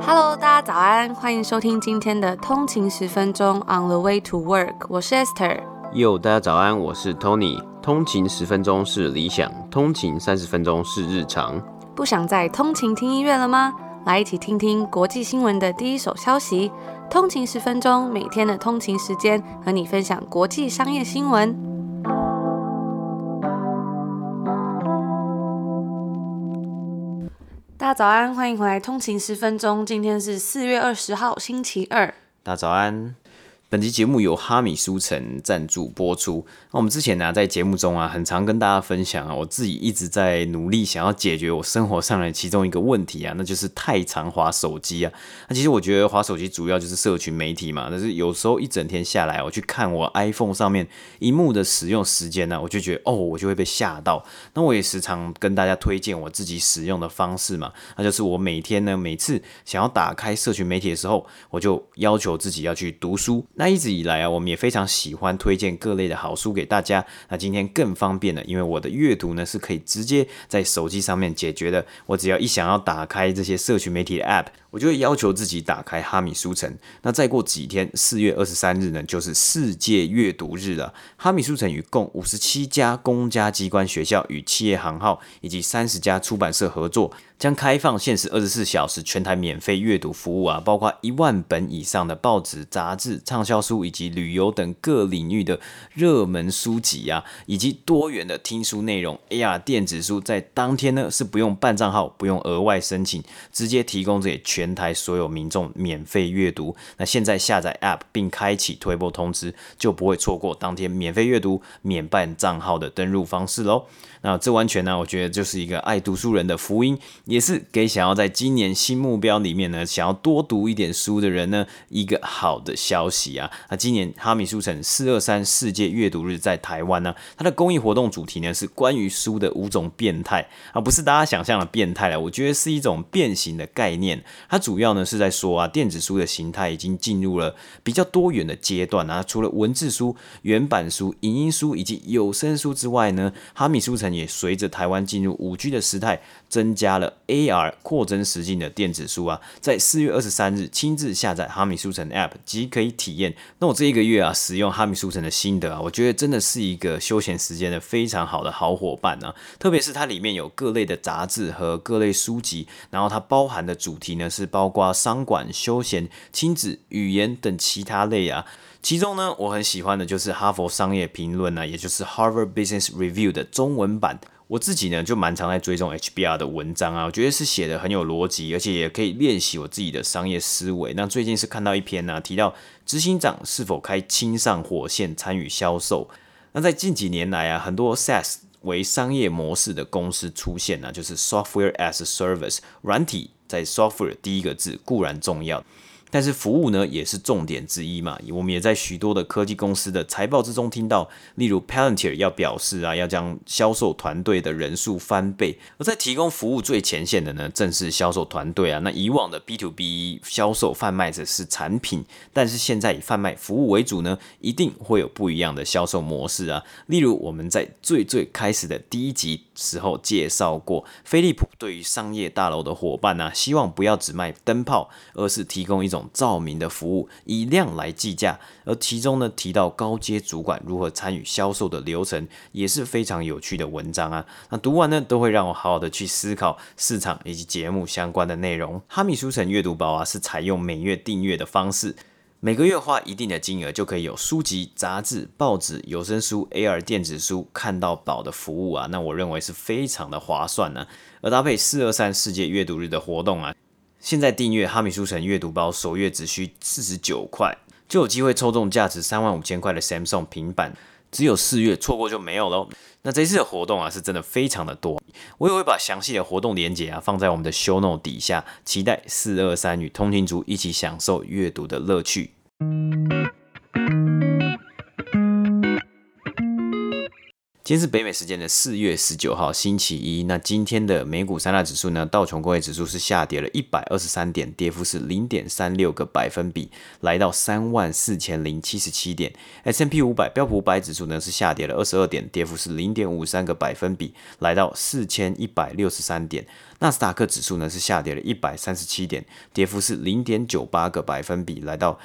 Hello， 大家早安，欢迎收听今天的通勤10分钟 On the way to work， 我是 Esther。 大家早安，我是 Tony。通勤10分钟是理想，通勤30分钟是日常。 不想再通勤听音乐了吗？来一起听听国际新闻的第一手消息。通勤10分钟，每天的通勤时间和你分享国际商业新闻。大家早安，欢迎回来通勤10分钟。今天是4月20号，星期二。 大家早安。本期节目由哈米书城赞助播出。那我们之前呢，在节目中啊，很常跟大家分享啊，我自己一直在努力想要解决我生活上的其中一个问题啊，那就是太常滑手机啊。那其实我觉得滑手机主要就是社群媒体嘛，但是有时候一整天下来，我去看我 iPhone 上面萤幕的使用时间呢，我就觉得我就会被吓到。那我也时常跟大家推荐我自己使用的方式嘛，那就是我每天呢，每次想要打开社群媒体的时候，我就要求自己要去读书。那一直以来啊，我们也非常喜欢推荐各类的好书给大家。那今天更方便了，因为我的阅读呢是可以直接在手机上面解决的。我只要一想要打开这些社群媒体的 App， 我就会要求自己打开哈米书城。那再过几天，4月23日呢，就是世界阅读日了。哈米书城与共57家公家机关、学校与企业行号，以及30家出版社合作，将开放限时24小时全台免费阅读服务啊，包括1万本以上的报纸、杂志、畅销书以及旅游等各领域的热门书籍啊，以及多元的听书内容。AR 电子书在当天呢是不用办账号，不用额外申请，直接提供给全台所有民众免费阅读。那现在下载 App 并开启推播通知，就不会错过当天免费阅读、免办账号的登入方式咯。那这完全呢，我觉得就是一个爱读书人的福音，也是给想要在今年新目标里面呢，想要多读一点书的人呢，一个好的消息啊。那今年哈米书城423世界阅读日在台湾呢，它的公益活动主题呢是关于书的5种变态啊，不是大家想象的变态啦，我觉得是一种变形的概念。它主要呢是在说啊，电子书的形态已经进入了比较多元的阶段啊，除了文字书、原版书、影音书以及有声书之外呢，哈米书城也随着台湾进入5G 的时代，增加了 AR 扩增实境的电子书啊，在4月23日亲自下载哈米书城 App 即可以体验。那我这一个月啊，使用哈米书城的心得啊，我觉得真的是一个休闲时间的非常好的好伙伴啊。特别是它里面有各类的杂志和各类书籍，然后它包含的主题呢是包括商管、休闲、亲子、语言等其他类啊。其中呢，我很喜欢的就是哈佛商业评论啊，也就是 Harvard Business Review 的中文版。我自己呢就蛮常在追踪 HBR 的文章啊，我觉得是写的很有逻辑，而且也可以练习我自己的商业思维。那最近是看到一篇呢，提到执行长是否开亲上火线参与销售。那在近几年来啊，很多 SaaS 为商业模式的公司出现啊，就是 Software as a Service， 软体在 Software 第一个字固然重要，但是服务呢也是重点之一嘛。我们也在许多的科技公司的财报之中听到，例如 Palantir 要表示啊，要将销售团队的人数翻倍。而在提供服务最前线的呢，正是销售团队啊。那以往的 B2B 销售贩卖的是产品，但是现在以贩卖服务为主呢，一定会有不一样的销售模式啊。例如我们在最开始的第1集时候介绍过，飞利浦对于商业大楼的伙伴啊，希望不要只卖灯泡，而是提供一种照明的服务，以量来计价。而其中呢提到高阶主管如何参与销售的流程，也是非常有趣的文章啊。那读完呢都会让我好好的去思考市场以及节目相关的内容。哈米书城阅读包啊是采用每月订阅的方式，每个月花一定的金额就可以有书籍、杂志、报纸、有声书、AR 电子书看到饱的服务啊。那我认为是非常的划算啊。而搭配423世界阅读日的活动啊，现在订阅哈米书城阅读包首月只需49块，就有机会抽中价值35000块的 Samsung 平板，只有4月，错过就没有咯。那这次的活动啊是真的非常的多，我也会把详细的活动连结啊放在我们的 show note 底下，期待423与通勤族一起享受阅读的乐趣。今天是北美时间的4月19号星期一。那今天的美股三大指数呢，道琼工业指数是下跌了123点，跌幅是 0.36 个百分比，来到34077点。S&P 500标普500指数呢是下跌了22点，跌幅是 0.53 个百分比，来到4163点。 纳斯达克指数呢是下跌了137点，跌幅是0.98个百分比，来到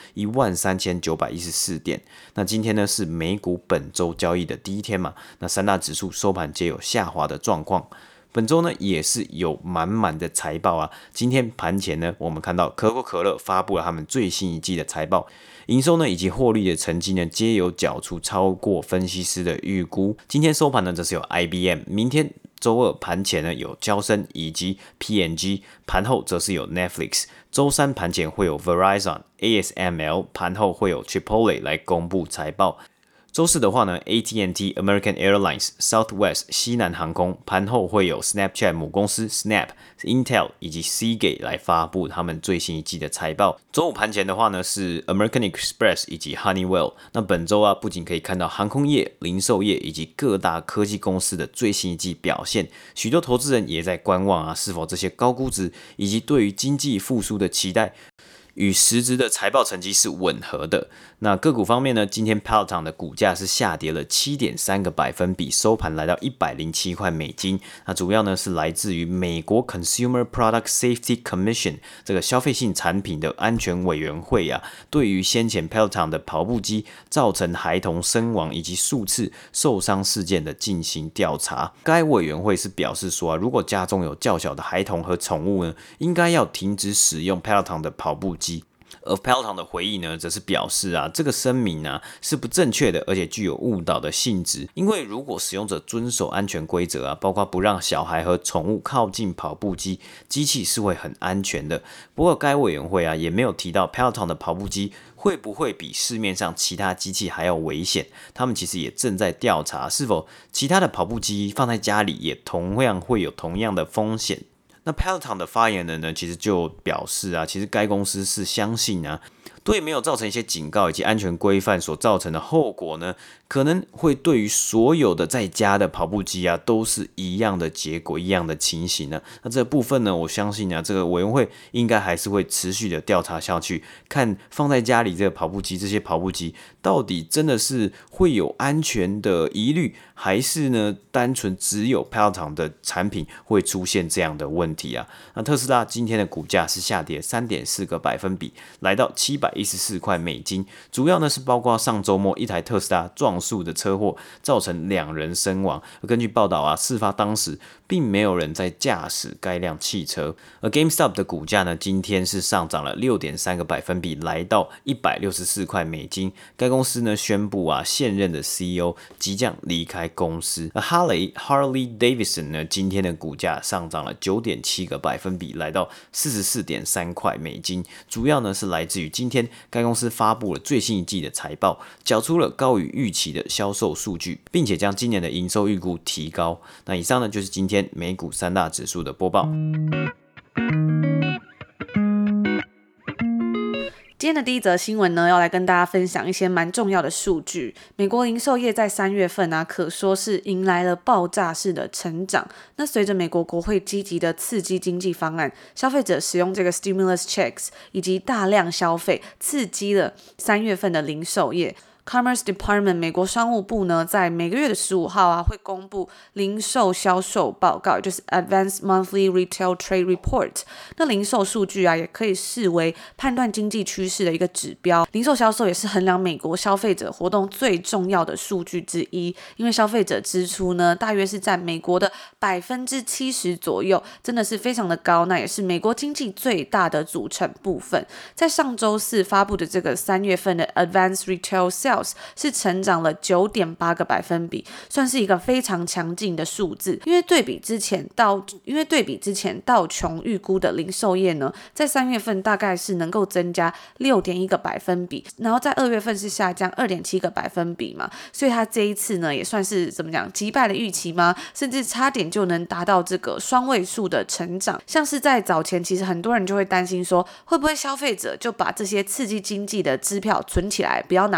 13914点。那今天呢是美股本周交易的第一天嘛，那三大指数收盘皆有下滑的状况。本周呢也是有满满的财报啊。今天盘前呢，我们看到可口可乐发布了他们最新一季的财报，营收呢以及获利的成绩呢，皆有缴出超过分析师的预估。今天收盘呢，则是有 IBM， 明天周二盘前呢有交生以及 P&G， 盘后则是有 Netflix。周三盘前会有 Verizon、ASML， 盘后会有 Chipotle 来公布财报。周四的话呢 ，AT&T、American Airlines、Southwest 西南航空，盘后会有 Snapchat 母公司 Snap、Intel 以及 Seagate 来发布他们最新一季的财报。周五盘前的话呢，是 American Express 以及 Honeywell。那本周啊，不仅可以看到航空业、零售业以及各大科技公司的最新一季表现，许多投资人也在观望啊，是否这些高估值以及对于经济复苏的期待与实质的财报成绩是吻合的。那个股方面呢，今天 Peloton 的股价是下跌了 7.3 个百分比，收盘来到107块美金。那主要呢是来自于美国 Consumer Product Safety Commission 这个消费性产品的安全委员会啊，对于先前 Peloton 的跑步机造成孩童身亡以及数次受伤事件的进行调查。该委员会是表示说啊，如果家中有较小的孩童和宠物呢，应该要停止使用 Peloton 的跑步机。而 Peloton 的回应呢，则是表示啊，这个声明啊是不正确的，而且具有误导的性质。因为如果使用者遵守安全规则啊，包括不让小孩和宠物靠近跑步机，机器是会很安全的。不过该委员会啊也没有提到 Peloton 的跑步机会不会比市面上其他机器还要危险。他们其实也正在调查是否其他的跑步机放在家里也同样会有同样的风险。那 Peloton 的发言人呢，其实就表示啊，其实该公司是相信啊，对没有造成一些警告以及安全规范所造成的后果呢，可能会对于所有的在家的跑步机啊，都是一样的结果，一样的情形呢。那这个部分呢，我相信啊，这个委员会应该还是会持续的调查下去，看放在家里这个跑步机，这些跑步机到底真的是会有安全的疑虑，还是呢，单纯只有 Peloton 的产品会出现这样的问题啊？那特斯拉今天的股价是下跌 3.4 个百分比，来到714块美金，主要呢是包括上周末一台特斯拉撞树的车祸，造成2人身亡。而根据报道啊，事发当时并没有人在驾驶该辆汽车。而 GameStop 的股价呢，今天是上涨了 6.3 个百分比，来到164块美金。该公司呢宣布啊，现任的 CEO 即将离开公司。而Harley Davidson 呢，今天的股价上涨了 9.7 个百分比，来到 44.3 块美金。主要呢是来自于今天该公司发布了最新一季的财报，缴出了高于预期的销售数据，并且将今年的营收预估提高。那以上呢就是今天美股三大指数的播报。 今天的第一则新闻呢，要来跟大家分享一些蛮重要的数据。美国零售业在3月份啊，可说是迎来了爆炸式的成长。那随着美国国会积极的刺激经济方案，消费者使用这个 stimulus checks 以及大量消费，刺激了3月份的零售业。Commerce Department 美国商务部呢，在每个月的15号啊，会公布零售销售报告，也就是 Advanced Monthly Retail Trade Report。那零售数据啊，也可以视为判断经济趋势的一个指标。零售销售也是衡量美国消费者活动最重要的数据之一，因为消费者支出呢，大约是占美国的 70% 左右，真的是非常的高。那也是美国经济最大的组成部分。在上周四发布的这个3月份的 Advanced Retail Sales是成长了 9.8 个百分比，算是一个非常强劲的数字。因为对比之前道琼预估的零售业呢，在3月份大概是能够增加 6.1 个百分比，然后在2月份是下降 2.7 个百分比嘛，所以它这一次呢也算是怎么讲，击败了预期吗？甚至差点就能达到这个双位数的成长。像是在早前，其实很多人就会担心说，会不会消费者就把这些刺激经济的支票存起来，不要拿去花，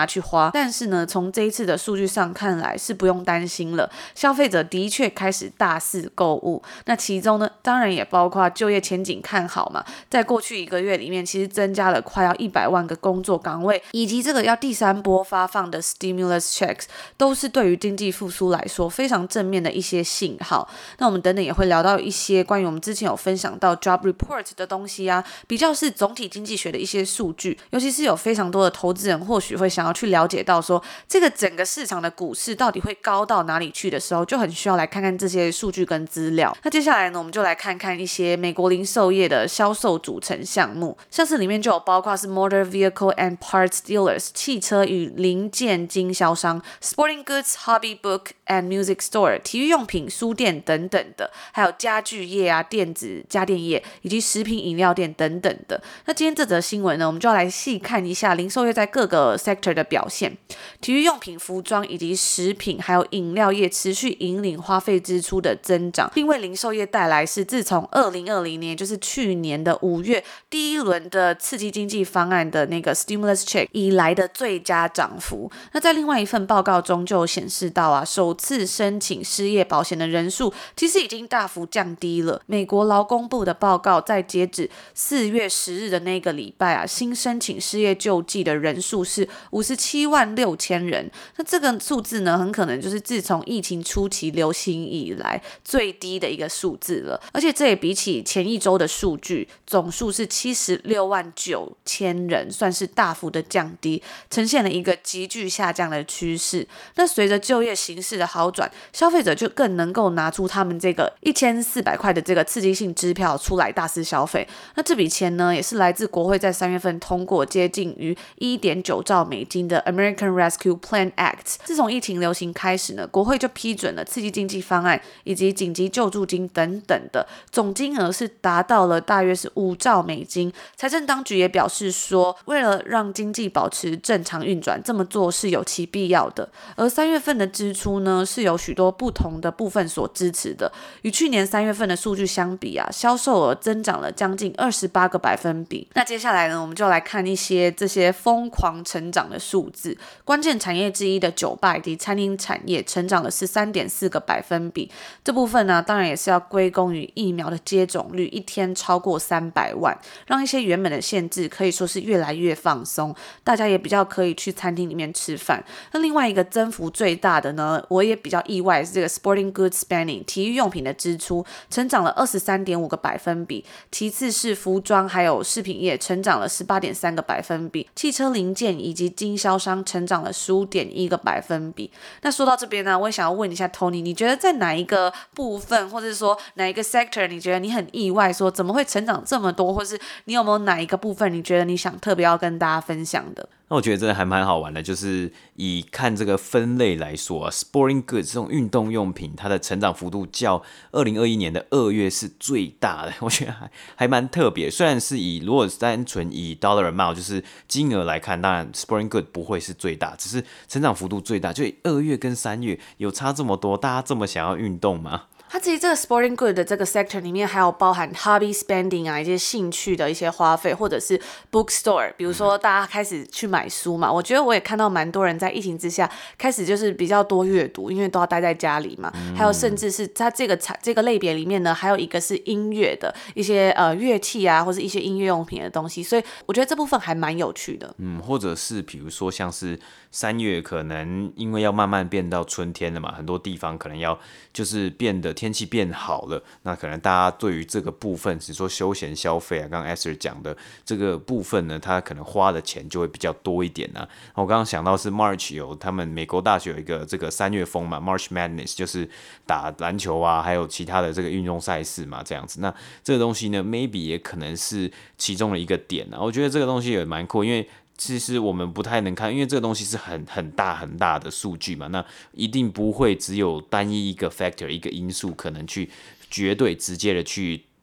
啊，但是呢，从这一次的数据上看来是不用担心了，消费者的确开始大肆购物。那其中呢，当然也包括就业前景看好嘛，在过去1个月里面，其实增加了快要100万个工作岗位，以及这个要第3波发放的 stimulus checks， 都是对于经济复苏来说非常正面的一些信号。那我们等等也会聊到一些关于我们之前有分享到 job report 的东西啊，比较是总体经济学的一些数据，尤其是有非常多的投资人或许会想要去了解到说这个整个市场的股市到底会高到哪里去的时候，就很需要来看看这些数据跟资料。那接下来呢，我们就来看看一些美国零售业的销售组成项目，像是里面就有包括是 Motor Vehicle and Parts Dealers 汽车与零件经销商， Sporting Goods, Hobby Book and Music Store 体育用品书店等等的，还有家具业啊、电子家电业以及食品饮料店等等的。那今天这则新闻呢，我们就要来细看一下零售业在各个 sector 的表现。体育用品、服装以及食品还有饮料业持续引领花费支出的增长，并为零售业带来是自从2020年就是去年的5月第一轮的刺激经济方案的那个 stimulus check 以来的最佳涨幅。那在另外一份报告中就显示到啊，首次申请失业保险的人数其实已经大幅降低了。美国劳工部的报告在截止4月10日的那个礼拜啊，新申请失业救济的人数是57.6万人。那这个数字呢，很可能就是自从疫情初期流行以来最低的一个数字了，而且这也比起前一周的数据总数是76.9万人，算是大幅的降低，呈现了一个急剧下降的趋势。那随着就业形势的好转，消费者就更能够拿出他们这个1400块的这个刺激性支票出来大肆消费。那这笔钱呢，也是来自国会在3月份通过接近于$1.9兆的 American Rescue Plan Act。 自从疫情流行开始呢，国会就批准了刺激经济方案以及紧急救助金等等的，总金额是达到了大约是$5兆。财政当局也表示说，为了让经济保持正常运转，这么做是有其必要的。而3月份的支出呢，是有许多不同的部分所支持的。与去年3月份的数据相比啊，销售额增长了将近28个百分比。那接下来呢，我们就来看一些这些疯狂成长的数字。关键产业之一的酒吧以及餐饮产业成长了13.4个百分比。这部分呢，当然也是要归功于疫苗的接种率一天超过300万，让一些原本的限制可以说是越来越放松，大家也比较可以去餐厅里面吃饭。那另外一个增幅最大的呢，我也比较意外，是这个 Sporting Goods Spending 体育用品的支出成长了23.5个百分比，其次是服装还有饰品业成长了18.3个百分比，汽车零件以及经销商成长了15.1个百分比。那说到这边呢，我也想要问一下 Tony， 你觉得在哪一个部分或者说哪一个 sector 你觉得你很意外说怎么会成长这么多，或是你有没有哪一个部分你觉得你想特别要跟大家分享的？ 那我觉得真的还蛮好玩的，就是以看这个分类来说啊 ，Sporting Goods 这种运动用品，它的成长幅度较2021年的2月是最大的，我觉得还蛮特别。虽然是如果单纯以 dollar amount 就是金额来看，当然 Sporting Goods 不会是最大，只是成长幅度最大。就2月跟3月有差这么多，大家这么想要运动吗？ 它其实这个 sporting good 的这个 sector 里面还有包含 hobby spending 啊，一些兴趣的一些花费，或者是 bookstore， 比如说大家开始去买书嘛，我觉得我也看到蛮多人在疫情之下开始就是比较多阅读，因为都要待在家里嘛。还有甚至是它这个类别里面呢，还有一个是音乐的一些乐器啊，或是一些音乐用品的东西，所以我觉得这部分还蛮有趣的。 或者是比如说像是3月可能因为要慢慢变到春天了嘛，很多地方可能要就是变得天气变好了，那可能大家对于这个部分，只说休闲消费啊，刚刚 Esther 讲的这个部分呢，他可能花的钱就会比较多一点啊。我刚刚想到是 March 他们美国大学有一个这个3月风嘛 ，March Madness 就是打篮球啊，还有其他的这个运动赛事嘛，这样子。那这个东西呢 ，maybe 也可能是其中的一个点啊。我觉得这个东西也蛮酷，因为其实我们不太能看，因为这个东西是很大的数据嘛，那一定不会只有单一一个 factor 一个因素可能去绝对直接的去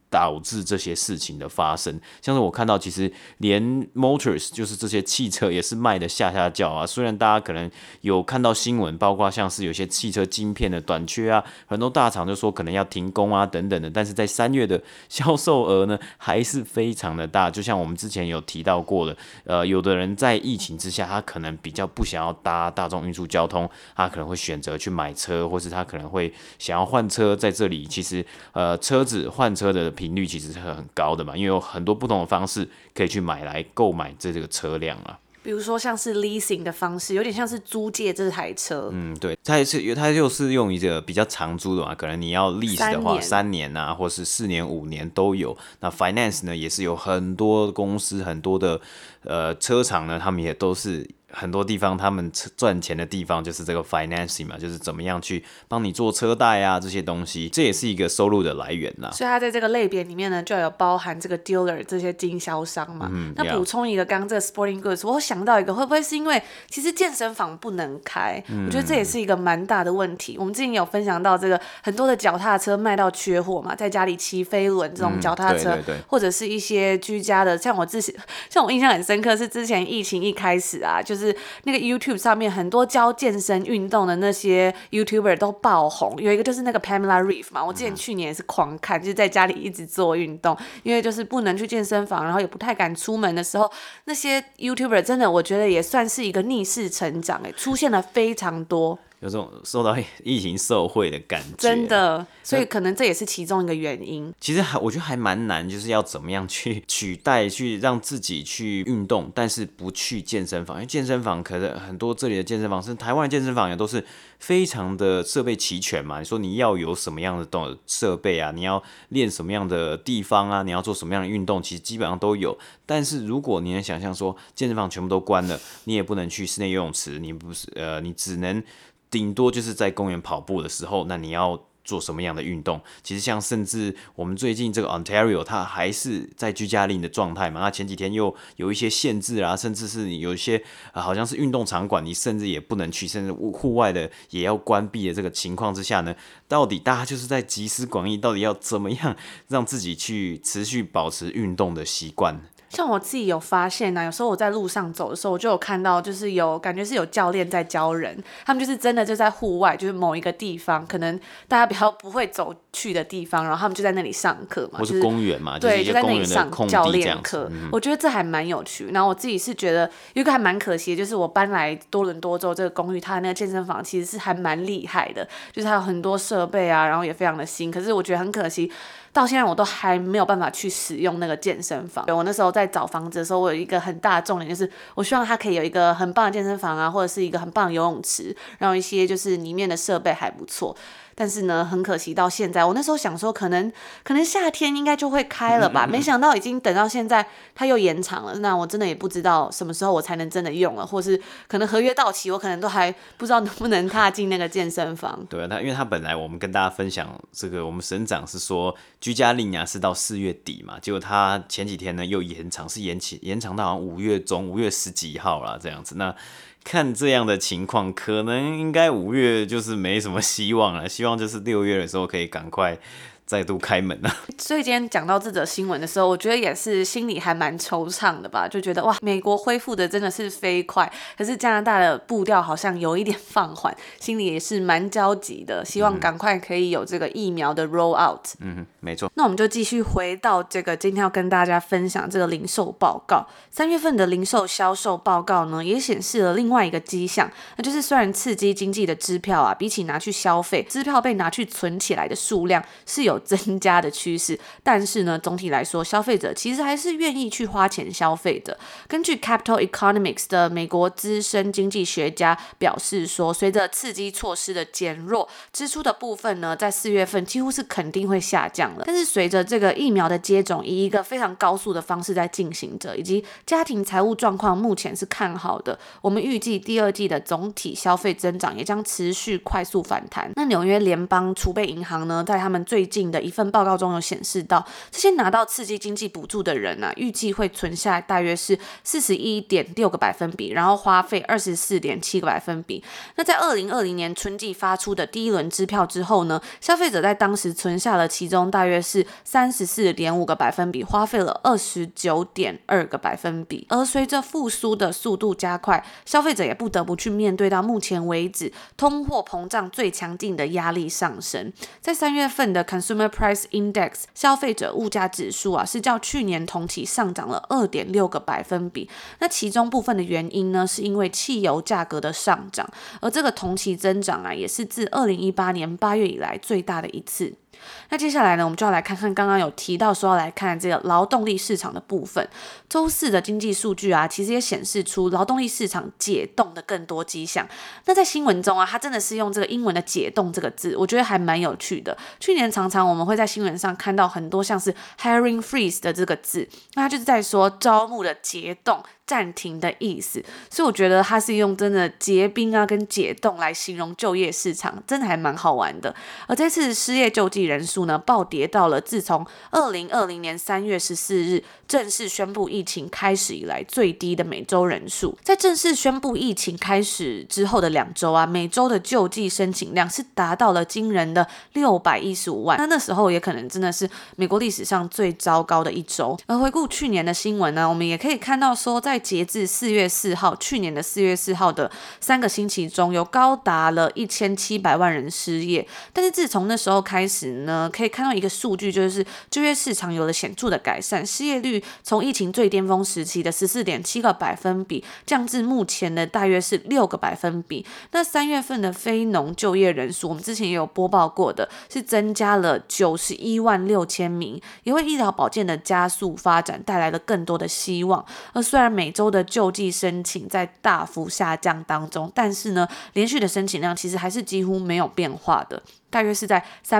导致这些事情的发生。像是我看到，其实连 Motors 就是这些汽车也是卖的下下叫啊。虽然大家可能有看到新闻，包括像是有些汽车晶片的短缺啊，很多大厂就说可能要停工啊等等的。但是在3月的销售额呢，还是非常的大。就像我们之前有提到过的，有的人在疫情之下，他可能比较不想要搭大众运输交通，他可能会选择去买车，或是他可能会想要换车。在这里，其实车子换车的频率其实是很高的嘛，因为有很多不同的方式可以去购买这个车辆啊。 比如说像是 leasing 的方式，有点像是租借这台车。 对，它就是用一个比较长租的嘛，可能你要 lease 的话，3年啊，或是4年、5年都有。那 finance 呢，也是有很多公司、很多的车厂呢，他们也都是。很多地方他们赚钱的地方就是这个 financing 嘛，就是怎么样去帮你做车贷啊这些东西，这也是一个收入的来源啦。 所以它在这个类别里面呢，就有包含这个 dealer 这些经销商嘛。那补充一个，刚刚这个 sporting goods， 我想到一个，会不会是因为其实健身房不能开？我觉得这也是一个蛮大的问题。我们之前有分享到这个很多的脚踏车卖到缺货嘛，在家里骑飞轮这种脚踏车， 对， 或者是一些居家的，像我印象很深刻是之前疫情一开始啊，就是那个 YouTube 上面很多教健身运动的那些 YouTuber 都爆红，有一个就是那个 Pamela Reif 嘛，我之前去年也是狂看，就是在家里一直做运动，因为就是不能去健身房，然后也不太敢出门的时候，那些 YouTuber 真的我觉得也算是一个逆势成长，出现了非常多。 有种受到疫情受惠的感觉， 真的，所以可能这也是其中一个原因。 其实我觉得还蛮难，就是要怎么样去取代，去让自己去运动，但是不去健身房，因为健身房可能很多这里的健身房，甚至台湾的健身房也都是非常的设备齐全嘛。你说你要有什么样的设备啊，你要练什么样的地方啊，你要做什么样的运动，其实基本上都有。但是如果你能想象说健身房全部都关了，你也不能去室内游泳池，你只能顶多就是在公园跑步的时候，那你要做什么样的运动？其实像甚至我们最近这个 Ontario 它还是在居家令的状态嘛，那前几天又有一些限制啊，甚至是你有一些好像是运动场馆你甚至也不能去，甚至户外的也要关闭的这个情况之下呢，到底大家就是在集思广益，到底要怎么样让自己去持续保持运动的习惯？ 像我自己有发现有时候我在路上走的时候，我就有看到，就是感觉是有教练在教人，他们就是真的就在户外，就是某一个地方，可能大家比较不会走去的地方，然后他们就在那里上课嘛， 或是公园嘛， 对， 就是一些公园的空地这样子， 就在那里上教练课。我觉得这还蛮有趣。然后我自己是觉得有一个还蛮可惜的，就是我搬来多伦多之后，这个公寓它的那个健身房其实是还蛮厉害的，就是它有很多设备啊，然后也非常的新。可是我觉得很可惜，到现在我都还没有办法去使用那个健身房。我那时候在找房子的时候，我有一个很大的重点，就是我希望它可以有一个很棒的健身房啊，或者是一个很棒的游泳池，然后一些就是里面的设备还不错。但是呢，很可惜到现在，我那时候想说可能夏天应该就会开了吧，没想到已经等到现在它又延长了。那我真的也不知道什么时候我才能真的用了，或是可能合约到期，我可能都还不知道能不能踏进那个健身房。 对，因为他本来我们跟大家分享这个，我们省长是说居家令啊是到4月底嘛，结果他前几天呢又延长，是延长到好像5月中，5月10几号啦这样子。那看这样的情况，可能应该5月就是没什么希望了，希望就是6月的时候可以赶快再度开门了。 所以今天讲到这则新闻的时候，我觉得也是心里还蛮惆怅的吧，就觉得哇，美国恢复的真的是飞快，可是加拿大的步调好像有一点放缓，心里也是蛮焦急的，希望赶快可以有这个疫苗的 roll out。 没错。 那我们就继续回到这个今天要跟大家分享这个零售报告。3月份的零售销售报告呢，也显示了另外一个迹象，那就是虽然刺激经济的支票啊，比起拿去消费，支票被拿去存起来的数量是有增加的趋势，但是呢，总体来说，消费者其实还是愿意去花钱消费的。根据 Capital Economics 的美国资深经济学家表示说，随着刺激措施的减弱，支出的部分呢，在4月份几乎是肯定会下降了。但是随着这个疫苗的接种以一个非常高速的方式在进行着，以及家庭财务状况目前是看好的，我们预计第2季的总体消费增长也将持续快速反弹。那纽约联邦储备银行呢，在他们最近近的一份报告中有显示到，这些拿到刺激经济补助的人啊，预计会存下大约是41.6个百分比，然后花费24.7个百分比。那在2020年春季发出的第一轮支票之后呢，消费者在当时存下了其中大约是34.5个百分比，花费了29.2个百分比。而随着复苏的速度加快，消费者也不得不去面对到目前为止通货膨胀最强劲的压力上升。在3月份的 Consumer Price Index 消费者物价指数啊，是较去年同期上涨了2.6个百分比。那其中部分的原因呢，是因为汽油价格的上涨，而这个同期增长啊，也是自2018年8月以来最大的一次。那接下来呢，我们就要来看看刚刚有提到说要来看这个劳动力市场的部分。周四的经济数据啊，其实也显示出劳动力市场解冻的更多迹象。那在新闻中啊，它真的是用这个英文的解冻这个字，我觉得还蛮有趣的。去年常常我们会在新闻上看到很多像是 hiring freeze 的这个字，那它就是在说招募的解冻暂停的意思，所以我觉得它是用真的结冰啊跟解冻来形容就业市场，真的还蛮好玩的。而这次失业救济人数呢，暴跌到了自从2020年3月14日正式宣布疫情开始以来最低的每周人数。在正式宣布疫情开始之后的2周啊，每周的救济申请量是达到了惊人的615万，那时候也可能真的是美国历史上最糟糕的一周。而回顾去年的新闻呢，我们也可以看到说，在截至4月4号，去年的4月4号的3个星期中，有高达了1700万人失业。但是自从那时候开始呢，可以看到一个数据，就是就业市场有了显著的改善，失业率从疫情最巅峰时期的14.7个百分比降至目前的大约是6个百分比。那3月份的非农就业人数，我们之前也有播报过的，是增加了91万6千名，也为医疗保健的加速发展带来了更多的希望。而虽然每周的救济申请在大幅下降当中，但是呢，连续的申请量其实还是几乎没有变化的，大约是在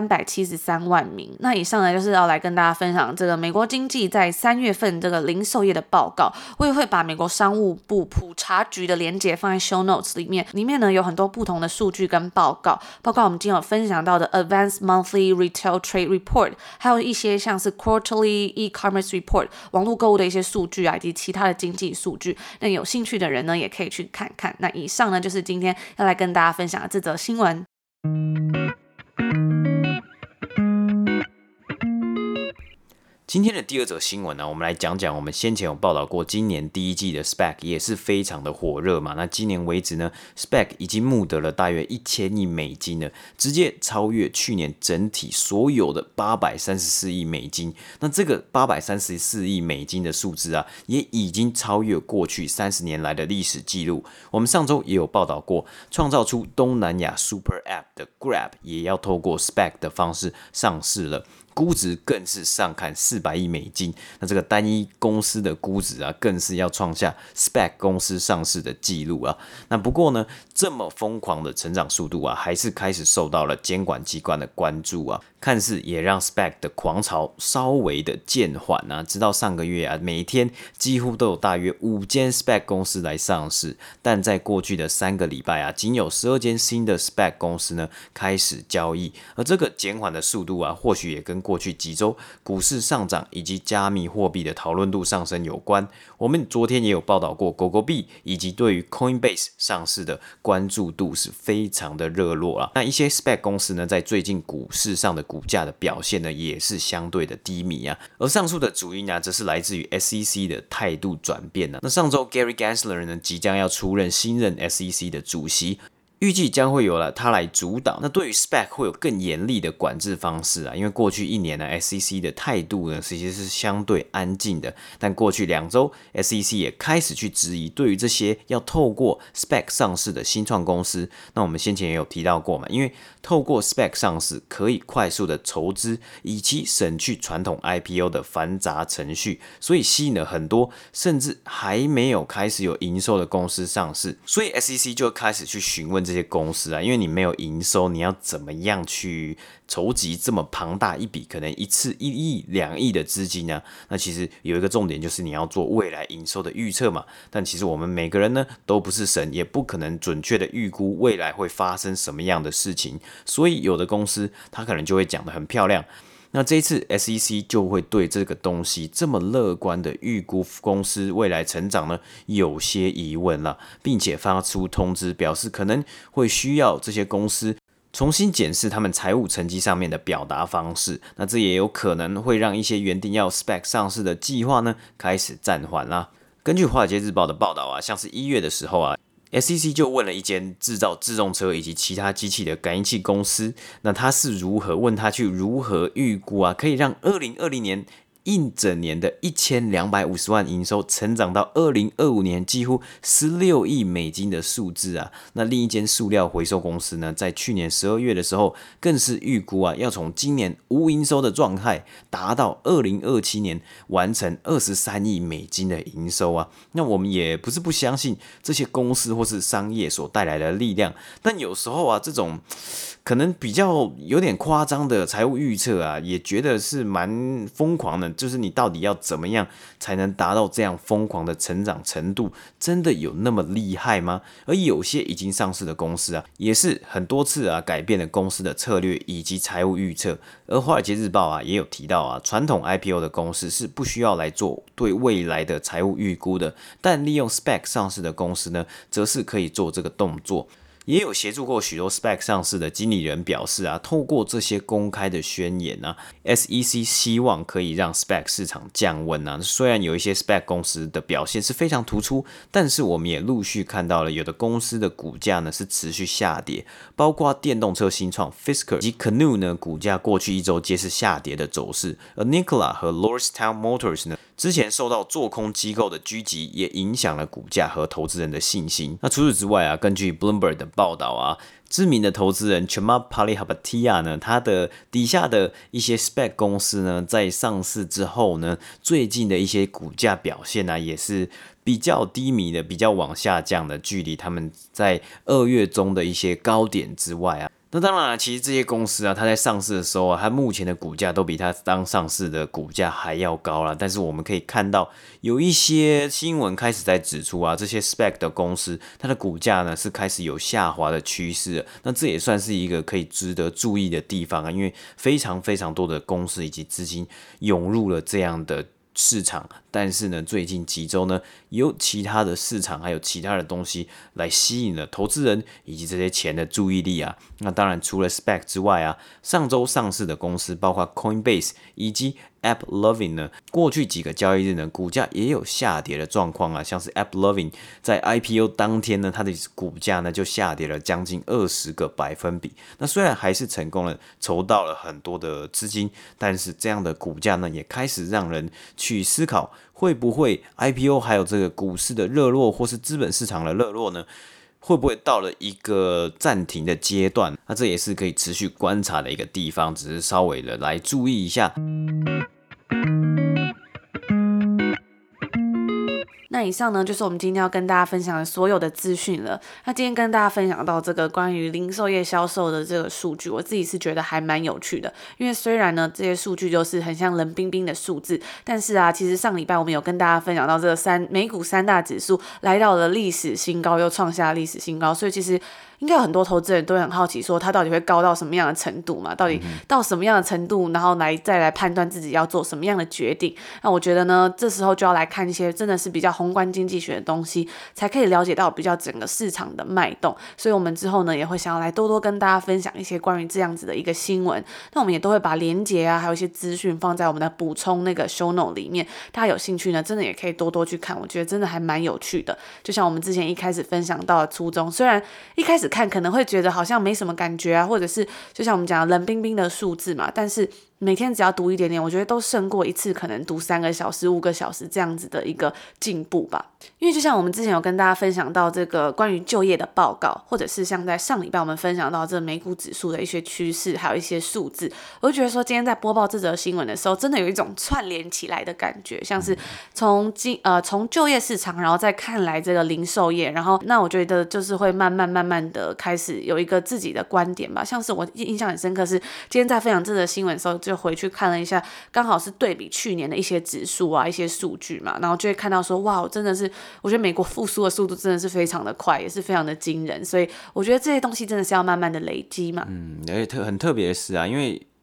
373万名。那以上呢，就是要来跟大家分享这个美国经济在3月份这个零售业的报告。我也会把美国商务部普查局的连结放在 show notes 里面呢有很多不同的数据跟报告，包括我们今天有分享到的 Advanced Monthly Retail Trade Report， 还有一些像是 Quarterly E-commerce Report 网络购物的一些数据啊，以及其他的经济数据。那有兴趣的人呢，也可以去看看。那以上呢，就是今天要来跟大家分享的这则新闻。 今天的第二则新闻呢，我们来讲讲我们先前有报道过，今年第一季的 SPAC 也是非常的火热嘛。那今年为止呢 ，SPAC 已经募得了大约1000亿美金了，直接超越去年整体所有的834亿美金。那这个834亿美金的数字啊，也已经超越过去30年来的历史记录。我们上周也有报道过，创造出东南亚 Super App 的 Grab 也要透过 SPAC 的方式上市了。估值更是上看400亿美金，那这个单一公司的估值啊，更是要创下 SPAC 公司上市的记录啊。那不过呢，这么疯狂的成长速度啊，还是开始受到了监管机关的关注啊，看似也让 SPAC 的狂潮稍微的渐缓啊。直到上个月啊，每天几乎都有大约5间 SPAC 公司来上市，但在过去的3个礼拜啊，仅有12间新的 SPAC 公司呢开始交易，而这个减缓的速度啊，或许也跟过去几周股市上涨以及加密货币的讨论度上升有关。我们昨天也有报道过狗狗币以及对于 Coinbase 上市的关注度是非常的热络啦。那一些 SPAC 公司呢，在最近股市上的股价的表现呢，也是相对的低迷啊。而上述的主因啊，则是来自于 SEC 的态度转变啊。那上周 Gary Gensler 呢，即将要出任新任 SEC 的主席。预计将会由他来主导。那对于 SPAC 会有更严厉的管制方式啊，因为过去1年呢 SEC 的态度呢其实是相对安静的，但过去2周 SEC 也开始去质疑对于这些要透过 SPAC 上市的新创公司。那我们先前也有提到过嘛，因为透过 SPAC 上市可以快速的筹资，以及省去传统 IPO 的繁杂程序，所以吸引了很多甚至还没有开始有营收的公司上市。所以 SEC 就开始去询问这些公司啊，因为你没有营收，你要怎么样去筹集这么庞大一笔可能一次1亿2亿的资金呢？那其实有一个重点就是你要做未来营收的预测嘛。但其实我们每个人呢都不是神，也不可能准确的预估未来会发生什么样的事情，所以有的公司它可能就会讲得很漂亮。 那这一次 SEC 就会对这个东西这么乐观的预估公司未来成长呢有些疑问了，并且发出通知表示可能会需要这些公司重新检视他们财务成绩上面的表达方式，那这也有可能会让一些原定要 SPAC 上市的计划呢开始暂缓啦。根据华尔街日报的报道啊，像是1月的时候啊，SEC 就问了一间制造自动车以及其他机器的感应器公司，那他是问他去如何预估啊，可以让2020年一整年的1250万营收成长到2025年几乎16亿美金的数字啊。那另一间塑料回收公司呢，在去年12月的时候，更是预估啊，要从今年无营收的状态，达到2027年完成23亿美金的营收啊。那我们也不是不相信这些公司或是商业所带来的力量，但有时候啊，这种可能比较有点夸张的财务预测啊，也觉得是蛮疯狂的。就是你到底要怎么样才能达到这样疯狂的成长程度？真的有那么厉害吗？而有些已经上市的公司啊，也是很多次啊改变了公司的策略以及财务预测。而华尔街日报啊也有提到啊，传统 IPO 的公司是不需要来做对未来的财务预估的，但利用 SPAC 上市的公司呢，则是可以做这个动作。也有协助过许多 SPAC 上市的经理人表示啊，透过这些公开的宣言啊 ，SEC 希望可以让 SPAC 市场降温啊。虽然有一些 SPAC 公司的表现是非常突出，但是我们也陆续看到了有的公司的股价呢是持续下跌，包括电动车新创 Fisker 以及 Canoo 呢，股价过去一周皆是下跌的走势。而 Nikola 和 Lordstown Motors 呢，之前受到做空机构的狙击，也影响了股价和投资人的信心。那除此之外啊，根据 Bloomberg 的报道啊，知名的投资人 Chamath Palihapitiya 呢，他的底下的一些 SPAC 公司呢，在上市之后呢，最近的一些股价表现啊，也是比较低迷的，比较往下降的，距离他们在2月中的一些高点之外啊。那当然了，其实这些公司啊，它在上市的时候啊，它目前的股价都比它刚上市的股价还要高了。但是我们可以看到，有一些新闻开始在指出啊，这些 SPAC 的公司，它的股价呢是开始有下滑的趋势了。那这也算是一个可以值得注意的地方啊，因为非常非常多的公司以及资金涌入了这样的市场，但是呢，最近几周呢，有其他的市场还有其他的东西来吸引了投资人以及这些钱的注意力啊。那当然，除了 SPAC 之外啊，上周上市的公司包括 Coinbase 以及 AppLovin 呢，过去几个交易日呢，股价也有下跌的状况啊。像是 AppLovin 在 IPO 当天呢，它的股价呢就下跌了将近20个百分比。那虽然还是成功了筹到了很多的资金，但是这样的股价呢，也开始让人去思考，会不会 IPO 还有这个股市的热络，或是资本市场的热络呢？会不会到了一个暂停的阶段？那这也是可以持续观察的一个地方，只是稍微的来注意一下。 那以上呢，就是我们今天要跟大家分享的所有的资讯了。那今天跟大家分享到这个关于零售业销售的这个数据，我自己是觉得还蛮有趣的。因为虽然呢，这些数据就是很像冷冰冰的数字，但是啊，其实上礼拜我们有跟大家分享到这个美股3大指数来到了历史新高，又创下历史新高，所以其实应该有很多投资人都会很好奇，说它到底会高到什么样的程度嘛？到底到什么样的程度，然后再来判断自己要做什么样的决定？那我觉得呢，这时候就要来看一些真的是比较宏观经济学的东西，才可以了解到比较整个市场的脉动。所以我们之后呢，也会想要来多多跟大家分享一些关于这样子的一个新闻。那我们也都会把连结啊，还有一些资讯放在我们的补充那个 show note 里面，大家有兴趣呢，真的也可以多多去看，我觉得真的还蛮有趣的。就像我们之前一开始分享到的初衷，虽然一开始看可能会觉得好像没什么感觉啊，或者是就像我们讲的冷冰冰的数字嘛，但是每天只要读一点点，我觉得都胜过一次可能读3个小时、5个小时这样子的一个进步吧。因为就像我们之前有跟大家分享到这个关于就业的报告，或者是像在上礼拜我们分享到这美股指数的一些趋势，还有一些数字，我就觉得说今天在播报这则新闻的时候，真的有一种串联起来的感觉，像是从就业市场，然后再看来这个零售业，然后那我觉得就是会慢慢的开始有一个自己的观点吧。像是我印象很深刻是今天在分享这则新闻的时候，就回去看了一下，刚好是对比去年的一些指数啊、一些数据嘛，然后就会看到说，哇，真的是我觉得美国复苏的速度真的是非常的快，也是非常的惊人，所以我觉得这些东西真的是要慢慢的累积嘛。 而且很特别的是啊，因为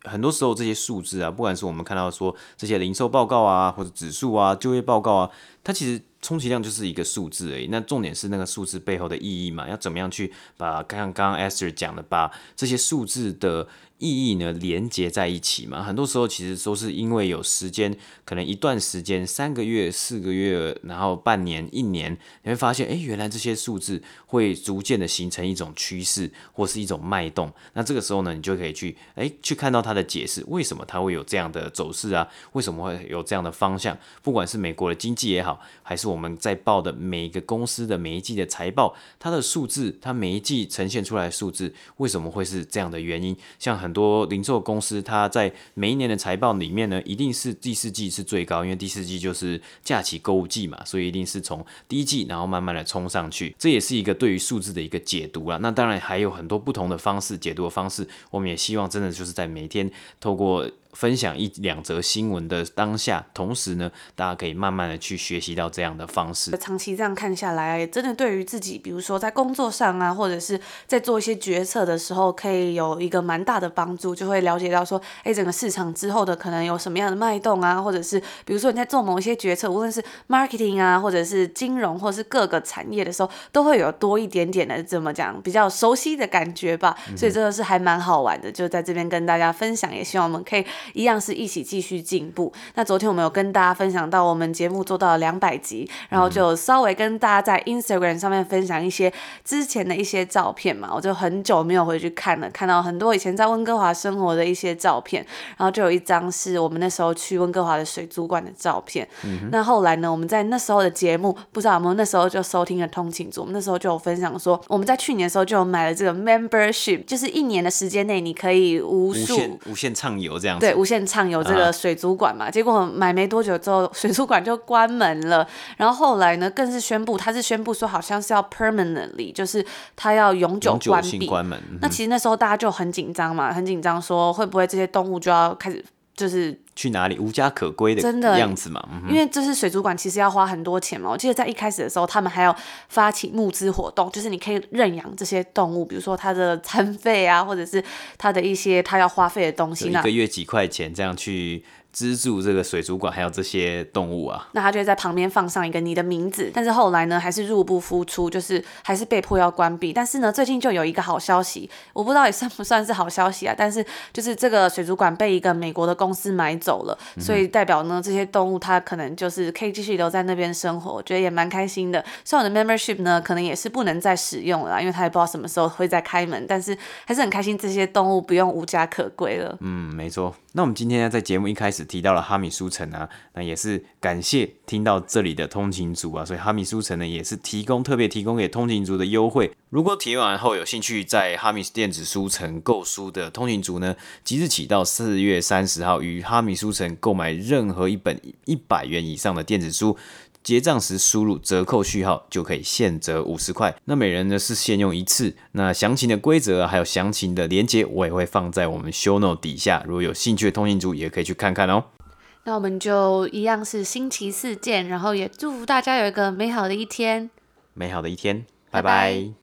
很多时候这些数字啊，不管是我们看到说这些零售报告啊，或者指数啊、就业报告啊，它其实充其量就是一个数字而已。那重点是那个数字背后的意义嘛，要怎么样去把刚刚 Esther 讲的，把这些数字的意义呢连接在一起嘛。很多时候其实都是因为有时间，可能一段时间3个月、4个月，然后半年、1年，你会发现，原来这些数字会逐渐的形成一种趋势或是一种脉动。那这个时候呢，你就可以去看到它的解释，为什么它会有这样的走势啊？为什么会有这样的方向？不管是美国的经济也好，还是我们在报的每一个公司的每一季的财报，它的数字，它每一季呈现出来的数字，为什么会是这样的原因？像很多零售公司，它在每一年的财报里面呢，一定是第4季是最高，因为第4季就是假期购物季嘛，所以一定是从第1季然后慢慢的冲上去。这也是一个对于数字的一个解读啦。那当然还有很多不同的方式，解读的方式，我们也希望真的就是在每天透过分享1、2则新闻的当下，同时呢，大家可以慢慢的去学习到这样的方式。 长期这样看下来，也真的对于自己，比如说在工作上啊，或者是在做一些决策的时候，可以有一个蛮大的帮助，就会了解到说，整个市场之后的可能有什么样的脉动啊，或者是比如说你在做某一些决策，无论是 marketing 啊，或者是金融，或者是各个产业的时候，都会有多一点点的怎么讲，比较熟悉的感觉吧。所以这个是还蛮好玩的，就在这边跟大家分享，也希望我们可以一样是一起继续进步。那昨天我们有跟大家分享到，我们节目做到了200集，然后就稍微跟大家在 Instagram 上面分享一些之前的一些照片嘛，我就很久没有回去看了，看到很多以前在温哥华生活的一些照片，然后就有一张是我们那时候去温哥华的水族馆的照片。那后来呢，我们在那时候的节目，不知道有没有那时候就收听了通勤组，我们那时候就有分享说，我们在去年的时候就有买了这个 membership， 就是1年的时间内你可以无限畅游这样子。 对，无限畅游这个水族馆嘛，结果买没多久之后，水族馆就关门了。然后后来呢，更是宣布说好像是要 permanently， 就是它要永久关闭。 关门。 那其实那时候大家就很紧张嘛，很紧张说会不会这些动物就要开始就是去哪里无家可归的样子嘛。 因为这是水族馆，其实要花很多钱嘛。我记得在一开始的时候，他们还要发起募资活动，就是你可以认养这些动物，比如说它的餐费啊，或者是它的一些它要花费的东西， 一个月几块钱这样去资助这个水族馆还有这些动物啊。 那他就会在旁边放上一个你的名字，但是后来呢还是入不敷出，就是还是被迫要关闭。但是呢最近就有一个好消息，我不知道也算不算是好消息啊，但是就是这个水族馆被一个美国的公司买走了，所以代表呢这些动物它可能就是可以继续留在那边生活，我觉得也蛮开心的。虽然我的 membership 呢可能也是不能再使用了啦，因为他也不知道什么时候会再开门，但是还是很开心这些动物不用无家可归了。 没错。那我们今天在节目一开始提到了哈米书城啊，那也是感谢听到这里的通勤族啊，所以哈米书城呢也是特别提供给通勤族的优惠。如果体验完后有兴趣在哈米电子书城购书的通勤族呢，即日起到4月30号于哈米书城购买任何一本100元以上的电子书，结账时输入折扣序号就可以现折50块，那每人呢是限用1次。那详情的规则还有详情的连结我也会放在我们 show note 底下，如果有兴趣的通勤族也可以去看看哦。 那我们就一样是星期4见，然后也祝福大家有一个美好的一天， 拜拜。